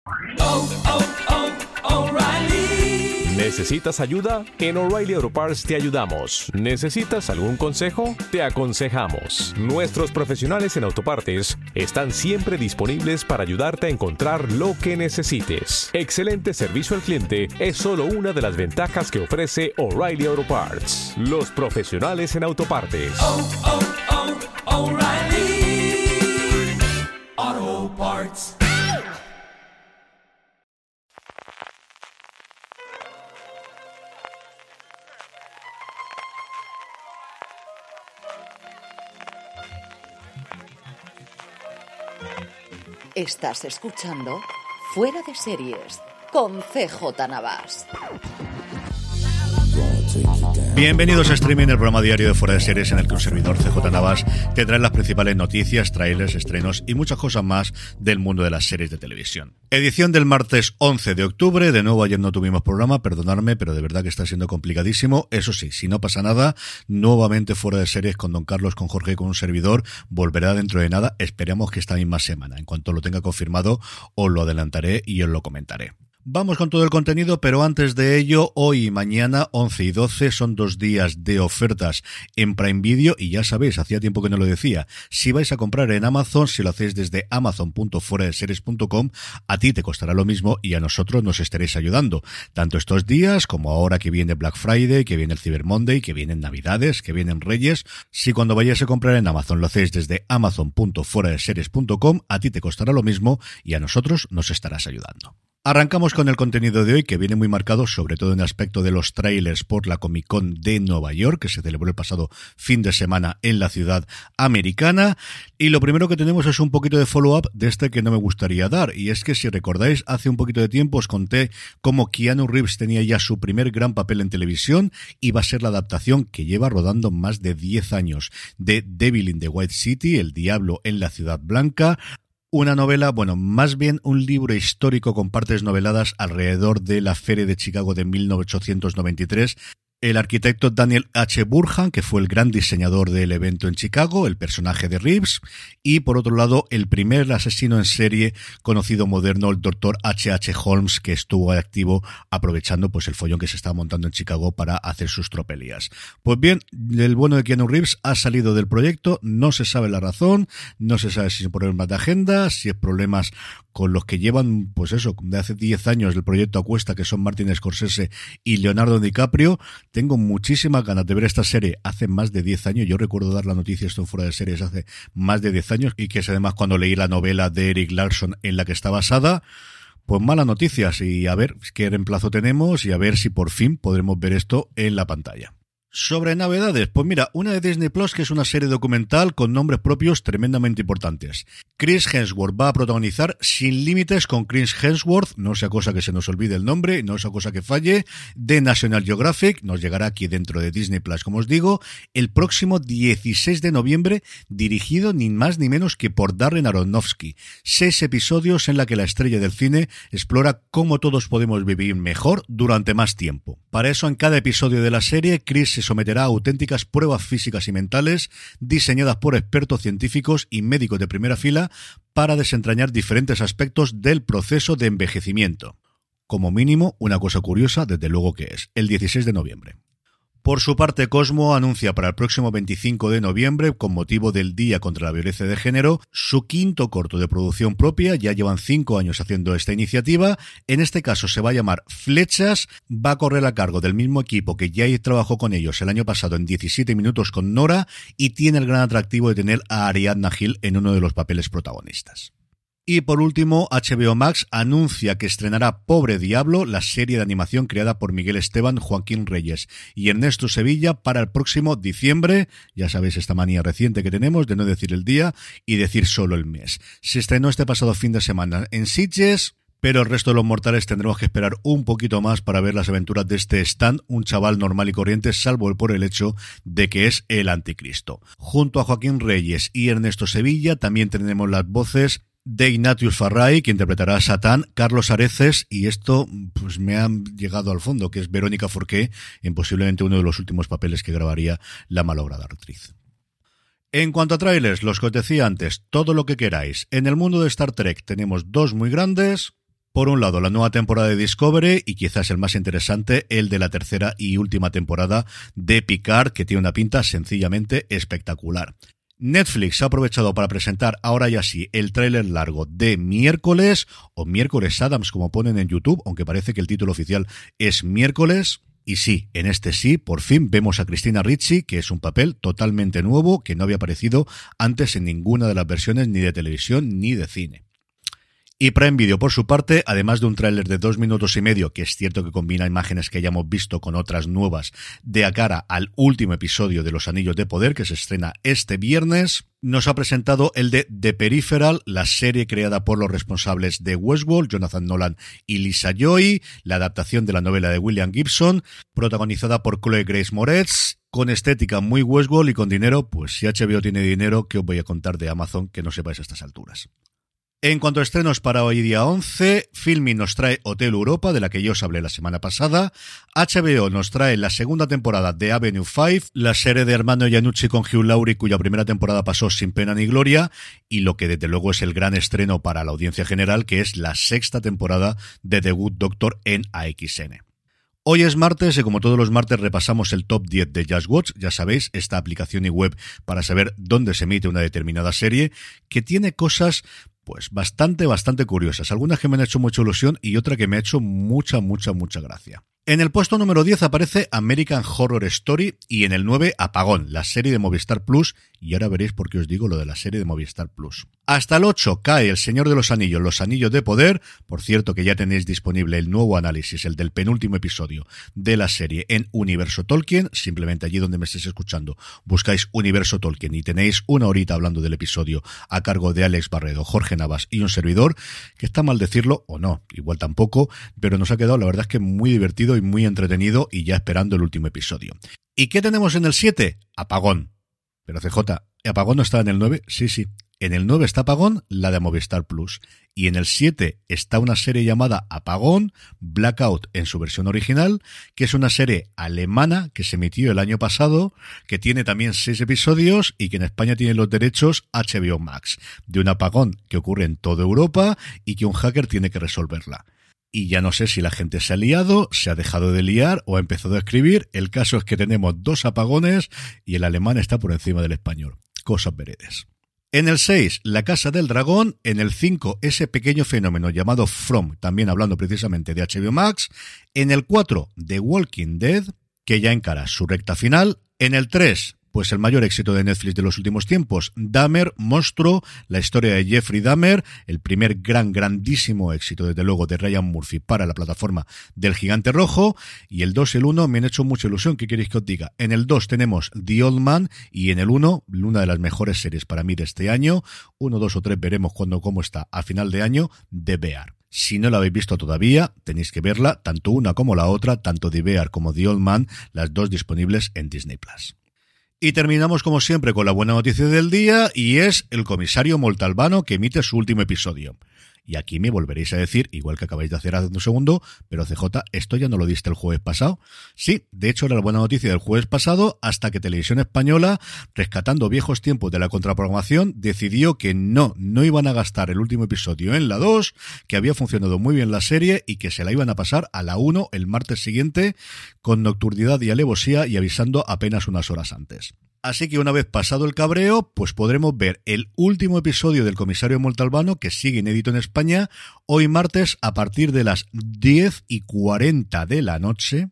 O'Reilly. ¿Necesitas ayuda? En O'Reilly Auto Parts te ayudamos. ¿Necesitas algún consejo? Te aconsejamos. Nuestros profesionales en autopartes están siempre disponibles para ayudarte a encontrar lo que necesites. Excelente servicio al cliente es solo una de las ventajas que ofrece O'Reilly Auto Parts. Los profesionales en autopartes. O'Reilly Auto Parts. Estás escuchando Fuera de Series con CJ Navas. Bienvenidos a Streaming, el programa diario de Fuera de Series en el que un servidor, CJ Navas, te trae las principales noticias, trailers, estrenos y muchas cosas más del mundo de las series de televisión. Edición del martes 11 de octubre. De nuevo, ayer no tuvimos programa, perdonadme, pero de verdad que está siendo complicadísimo. Eso sí, si no pasa nada, nuevamente Fuera de Series con Don Carlos, con Jorge y con un servidor volverá dentro de nada. Esperamos que esta misma semana. En cuanto lo tenga confirmado, os lo adelantaré y os lo comentaré. Vamos con todo el contenido, pero antes de ello, hoy y mañana, 11 y 12, son 2 días de ofertas en Prime Video, y ya sabéis, hacía tiempo que no lo decía, si vais a comprar en Amazon, si lo hacéis desde amazon.fueradeseries.com, a ti te costará lo mismo y a nosotros nos estaréis ayudando, tanto estos días como ahora que viene Black Friday, que viene el Cyber Monday, que vienen Navidades, que vienen Reyes. Si cuando vayáis a comprar en Amazon lo hacéis desde amazon.fueradeseries.com, a ti te costará lo mismo y a nosotros nos estarás ayudando. Arrancamos con el contenido de hoy, que viene muy marcado sobre todo en el aspecto de los trailers por la Comic Con de Nueva York, que se celebró el pasado fin de semana en la ciudad americana. Y lo primero que tenemos es un poquito de follow-up de este que no me gustaría dar, y es que si recordáis, hace un poquito de tiempo os conté cómo Keanu Reeves tenía ya su primer gran papel en televisión, y va a ser la adaptación que lleva rodando más de 10 años de Devil in the White City, El Diablo en la Ciudad Blanca. Una novela, bueno, más bien un libro histórico con partes noveladas alrededor de la Feria de Chicago de 1893. El arquitecto Daniel H. Burhan, que fue el gran diseñador del evento en Chicago, el personaje de Reeves, y por otro lado, el primer asesino en serie conocido moderno, el Dr. H.H. Holmes, que estuvo activo aprovechando pues el follón que se estaba montando en Chicago para hacer sus tropelías. Pues bien, el bueno de Keanu Reeves ha salido del proyecto, no se sabe la razón, no se sabe si es problemas de agenda, si es problemas con los que llevan, pues eso, de hace 10 años el proyecto a cuesta, que son Martin Scorsese y Leonardo DiCaprio. Tengo muchísimas ganas de ver esta serie hace más de 10 años. Yo recuerdo dar la noticia, esto en Fuera de Series, hace más de 10 años, y que es además cuando leí la novela de Eric Larson en la que está basada. Pues malas noticias, y a ver qué reemplazo tenemos y a ver si por fin podremos ver esto en la pantalla. Sobre novedades, pues mira, una de Disney Plus, que es una serie documental con nombres propios tremendamente importantes. Chris Hemsworth va a protagonizar Sin Límites con Chris Hemsworth, no sea cosa que se nos olvide el nombre, no sea cosa que falle, de National Geographic. Nos llegará aquí dentro de Disney Plus, como os digo, el próximo 16 de noviembre, dirigido ni más ni menos que por Darren Aronofsky. 6 episodios en la que la estrella del cine explora cómo todos podemos vivir mejor durante más tiempo. Para eso, en cada episodio de la serie, Chris se someterá a auténticas pruebas físicas y mentales diseñadas por expertos científicos y médicos de primera fila para desentrañar diferentes aspectos del proceso de envejecimiento. Como mínimo, una cosa curiosa, desde luego que es el 16 de noviembre. Por su parte, Cosmo anuncia para el próximo 25 de noviembre, con motivo del Día contra la Violencia de Género, su quinto corto de producción propia. Ya llevan 5 años haciendo esta iniciativa. En este caso se va a llamar Flechas. Va a correr a cargo del mismo equipo que ya trabajó con ellos el año pasado en 17 minutos con Nora, y tiene el gran atractivo de tener a Ariadna Gil en uno de los papeles protagonistas. Y por último, HBO Max anuncia que estrenará Pobre Diablo, la serie de animación creada por Miguel Esteban, Joaquín Reyes y Ernesto Sevilla, para el próximo diciembre. Ya sabéis esta manía reciente que tenemos de no decir el día y decir solo el mes. Se estrenó este pasado fin de semana en Sitges, pero el resto de los mortales tendremos que esperar un poquito más para ver las aventuras de este Stan, un chaval normal y corriente, salvo por el hecho de que es el anticristo. Junto a Joaquín Reyes y Ernesto Sevilla también tenemos las voces de Ignatius Farray, que interpretará a Satán, Carlos Areces, y esto pues me ha llegado al fondo, que es Verónica Forqué, en posiblemente uno de los últimos papeles que grabaría la malograda actriz. En cuanto a trailers, los que os decía antes, todo lo que queráis. En el mundo de Star Trek tenemos 2 muy grandes. Por un lado, la nueva temporada de Discovery y quizás el más interesante, el de la tercera y última temporada de Picard, que tiene una pinta sencillamente espectacular. Netflix ha aprovechado para presentar ahora ya sí el tráiler largo de Miércoles, o Miércoles Addams como ponen en YouTube, aunque parece que el título oficial es Miércoles. Y sí, en este sí, por fin vemos a Christina Ricci, que es un papel totalmente nuevo, que no había aparecido antes en ninguna de las versiones ni de televisión ni de cine. Y Prime Video, por su parte, además de un tráiler de 2 minutos y medio, que es cierto que combina imágenes que hayamos visto con otras nuevas, de a cara al último episodio de Los Anillos de Poder, que se estrena este viernes, nos ha presentado el de The Peripheral, la serie creada por los responsables de Westworld, Jonathan Nolan y Lisa Joy, la adaptación de la novela de William Gibson, protagonizada por Chloe Grace Moretz, con estética muy Westworld y con dinero. Pues si HBO tiene dinero, ¿qué os voy a contar de Amazon que no sepáis a estas alturas? En cuanto a estrenos para hoy día 11, Filmin nos trae Hotel Europa, de la que yo os hablé la semana pasada. HBO nos trae la segunda temporada de Avenue 5, la serie de Armando Iannucci con Hugh Laurie, cuya primera temporada pasó sin pena ni gloria, y lo que desde luego es el gran estreno para la audiencia general, que es la sexta temporada de The Good Doctor en AXN. Hoy es martes y como todos los martes repasamos el top 10 de Just Watch, ya sabéis, esta aplicación y web para saber dónde se emite una determinada serie, que tiene cosas pues bastante curiosas, algunas que me han hecho mucha ilusión y otra que me ha hecho mucha gracia. En el puesto número 10 aparece American Horror Story y en el 9 Apagón, la serie de Movistar Plus, y ahora veréis por qué os digo lo de la serie de Movistar Plus. Hasta el 8 cae El Señor de los Anillos, Los Anillos de Poder, por cierto que ya tenéis disponible el nuevo análisis, el del penúltimo episodio de la serie en Universo Tolkien, simplemente allí donde me estéis escuchando buscáis Universo Tolkien y tenéis una horita hablando del episodio a cargo de Alex Barredo, Jorge Navas y un servidor, que está mal decirlo o no, igual tampoco, pero nos ha quedado la verdad es que muy divertido y muy entretenido y ya esperando el último episodio. ¿Y qué tenemos en el 7? Apagón. Pero CJ, ¿Apagón no está en el 9? Sí. En el 9 está Apagón, la de Movistar Plus. Y en el 7 está una serie llamada Apagón, Blackout en su versión original, que es una serie alemana que se emitió el año pasado, que tiene también 6 episodios y que en España tiene los derechos HBO Max, de un apagón que ocurre en toda Europa y que un hacker tiene que resolverla. Y ya no sé si la gente se ha liado, se ha dejado de liar o ha empezado a escribir. El caso es que tenemos 2 apagones y el alemán está por encima del español. Cosas veredes. En el 6, La Casa del Dragón. En el 5, ese pequeño fenómeno llamado From, también hablando precisamente de HBO Max. En el 4, The Walking Dead, que ya encara su recta final. En el 3, pues el mayor éxito de Netflix de los últimos tiempos, Dahmer, Monstruo, la historia de Jeffrey Dahmer, el primer grandísimo éxito, desde luego, de Ryan Murphy para la plataforma del Gigante Rojo, y el 2 y el 1 me han hecho mucha ilusión, ¿qué queréis que os diga? En el 2 tenemos The Old Man, y en el 1, una de las mejores series para mí de este año, 1, 2 o 3 veremos cómo está a final de año, The Bear. Si no la habéis visto todavía, tenéis que verla, tanto una como la otra, tanto The Bear como The Old Man, las dos disponibles en Disney+. Y terminamos como siempre con la buena noticia del día, y es el comisario Montalbano, que emite su último episodio. Y aquí me volveréis a decir, igual que acabáis de hacer hace un segundo, pero CJ, ¿esto ya no lo diste el jueves pasado? Sí, de hecho era la buena noticia del jueves pasado, hasta que Televisión Española, rescatando viejos tiempos de la contraprogramación, decidió que no iban a gastar el último episodio en la 2, que había funcionado muy bien la serie y que se la iban a pasar a la 1 el martes siguiente, con nocturnidad y alevosía y avisando apenas unas horas antes. Así que una vez pasado el cabreo, pues podremos ver el último episodio del comisario Montalbano, que sigue inédito en España, hoy martes a partir de las 10:40 de la noche.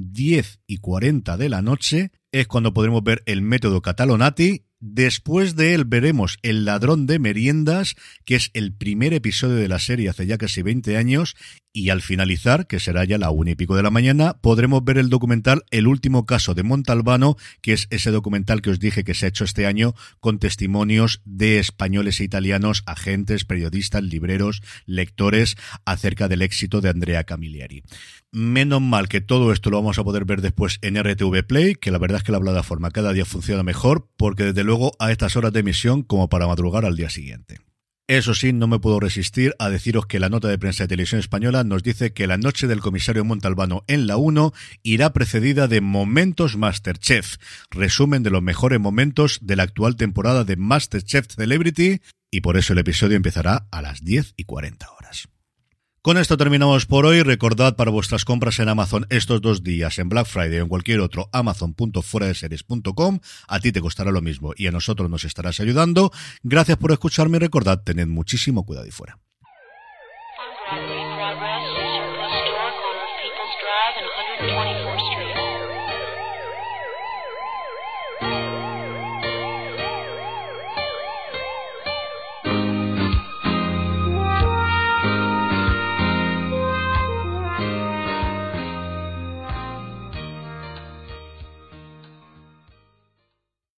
10:40 de la noche es cuando podremos ver el método Catalonati. Después de él veremos El ladrón de meriendas, que es el primer episodio de la serie hace ya casi 20 años, y al finalizar, que será ya la 1:00 de la mañana, podremos ver el documental El último caso de Montalbano, que es ese documental que os dije que se ha hecho este año con testimonios de españoles e italianos, agentes, periodistas, libreros, lectores, acerca del éxito de Andrea Camilleri. Menos mal que todo esto lo vamos a poder ver después en RTV Play, que la verdad es que la plataforma cada día funciona mejor, porque desde luego a estas horas de emisión como para madrugar al día siguiente. Eso sí, no me puedo resistir a deciros que la nota de prensa de Televisión Española nos dice que la noche del comisario Montalbano en la 1 irá precedida de Momentos Masterchef, resumen de los mejores momentos de la actual temporada de Masterchef Celebrity, y por eso el episodio empezará a las 10:40 horas. Con esto terminamos por hoy. Recordad, para vuestras compras en Amazon estos 2 días, en Black Friday o en cualquier otro, amazon.fueradeseries.com, a ti te costará lo mismo y a nosotros nos estarás ayudando. Gracias por escucharme y recordad, tened muchísimo cuidado y fuera. Progress, Historic on People's Drive and 120